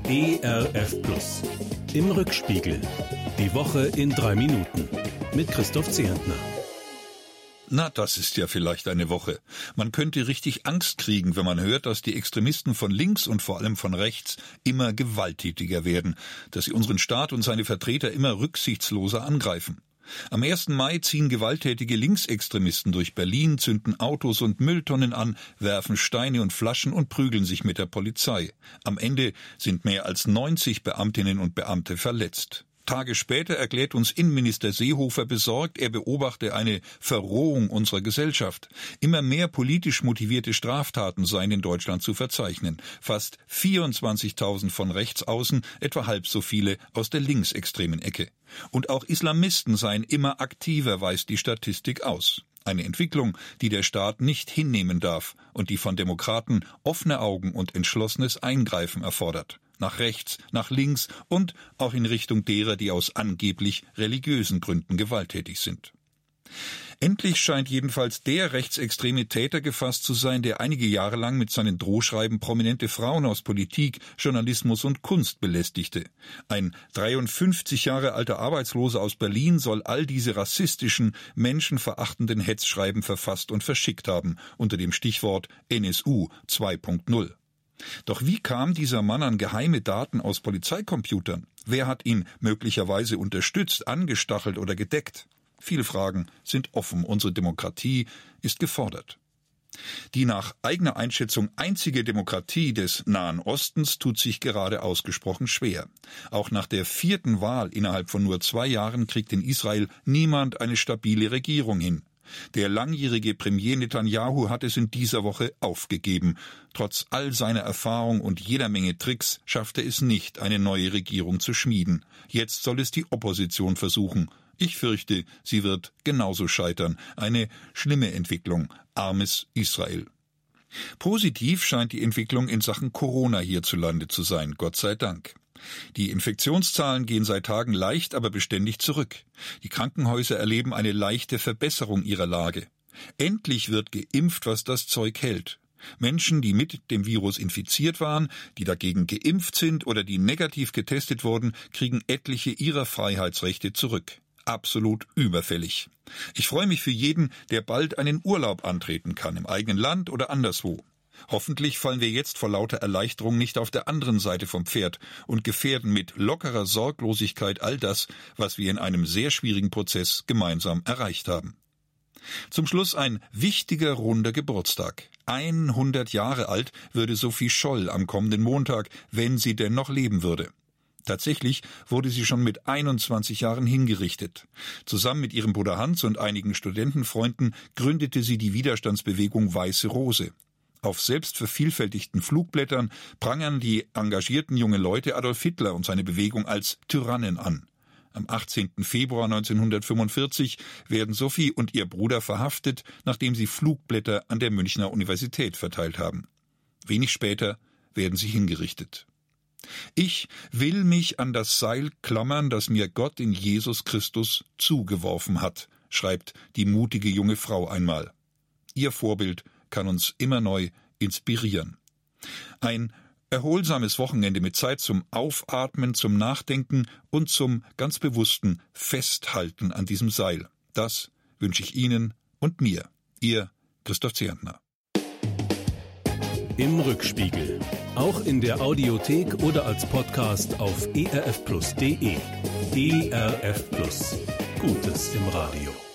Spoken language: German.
ERF Plus. Im Rückspiegel. Die Woche in 3 Minuten. Mit Christoph Zehentner. Na, das ist ja vielleicht eine Woche. Man könnte richtig Angst kriegen, wenn man hört, dass die Extremisten von links und vor allem von rechts immer gewalttätiger werden, dass sie unseren Staat und seine Vertreter immer rücksichtsloser angreifen. Am 1. Mai ziehen gewalttätige Linksextremisten durch Berlin, zünden Autos und Mülltonnen an, werfen Steine und Flaschen und prügeln sich mit der Polizei. Am Ende sind mehr als 90 Beamtinnen und Beamte verletzt. Tage später erklärt uns Innenminister Seehofer besorgt, er beobachte eine Verrohung unserer Gesellschaft. Immer mehr politisch motivierte Straftaten seien in Deutschland zu verzeichnen. Fast 24.000 von rechts außen, etwa halb so viele aus der linksextremen Ecke. Und auch Islamisten seien immer aktiver, weist die Statistik aus. Eine Entwicklung, die der Staat nicht hinnehmen darf und die von Demokraten offene Augen und entschlossenes Eingreifen erfordert. Nach rechts, nach links und auch in Richtung derer, die aus angeblich religiösen Gründen gewalttätig sind. Endlich scheint jedenfalls der rechtsextreme Täter gefasst zu sein, der einige Jahre lang mit seinen Drohschreiben prominente Frauen aus Politik, Journalismus und Kunst belästigte. Ein 53 Jahre alter Arbeitsloser aus Berlin soll all diese rassistischen, menschenverachtenden Hetzschreiben verfasst und verschickt haben, unter dem Stichwort NSU 2.0. Doch wie kam dieser Mann an geheime Daten aus Polizeicomputern? Wer hat ihn möglicherweise unterstützt, angestachelt oder gedeckt? Viele Fragen sind offen. Unsere Demokratie ist gefordert. Die nach eigener Einschätzung einzige Demokratie des Nahen Ostens tut sich gerade ausgesprochen schwer. Auch nach der 4. Wahl innerhalb von nur 2 Jahren kriegt in Israel niemand eine stabile Regierung hin. Der langjährige Premier Netanyahu hat es in dieser Woche aufgegeben. Trotz all seiner Erfahrung und jeder Menge Tricks schafft er es nicht, eine neue Regierung zu schmieden. Jetzt soll es die Opposition versuchen. Ich fürchte, sie wird genauso scheitern. Eine schlimme Entwicklung. Armes Israel. Positiv scheint die Entwicklung in Sachen Corona hierzulande zu sein, Gott sei Dank. Die Infektionszahlen gehen seit Tagen leicht, aber beständig zurück. Die Krankenhäuser erleben eine leichte Verbesserung ihrer Lage. Endlich wird geimpft, was das Zeug hält. Menschen, die mit dem Virus infiziert waren, die dagegen geimpft sind oder die negativ getestet wurden, kriegen etliche ihrer Freiheitsrechte zurück. Absolut überfällig. Ich freue mich für jeden, der bald einen Urlaub antreten kann, im eigenen Land oder anderswo. Hoffentlich fallen wir jetzt vor lauter Erleichterung nicht auf der anderen Seite vom Pferd und gefährden mit lockerer Sorglosigkeit all das, was wir in einem sehr schwierigen Prozess gemeinsam erreicht haben. Zum Schluss ein wichtiger runder Geburtstag. 100 Jahre alt würde Sophie Scholl am kommenden Montag, wenn sie denn noch leben würde. Tatsächlich wurde sie schon mit 21 Jahren hingerichtet. Zusammen mit ihrem Bruder Hans und einigen Studentenfreunden gründete sie die Widerstandsbewegung Weiße Rose. Auf selbstvervielfältigten Flugblättern prangern die engagierten jungen Leute Adolf Hitler und seine Bewegung als Tyrannen an. Am 18. Februar 1945 werden Sophie und ihr Bruder verhaftet, nachdem sie Flugblätter an der Münchner Universität verteilt haben. Wenig später werden sie hingerichtet. Ich will mich an das Seil klammern, das mir Gott in Jesus Christus zugeworfen hat, schreibt die mutige junge Frau einmal. Ihr Vorbild kann uns immer neu inspirieren. Ein erholsames Wochenende mit Zeit zum Aufatmen, zum Nachdenken und zum ganz bewussten Festhalten an diesem Seil. Das wünsche ich Ihnen und mir. Ihr Christoph Zehentner. Im Rückspiegel. Auch in der Audiothek oder als Podcast auf erfplus.de. ERF Plus. Gutes im Radio.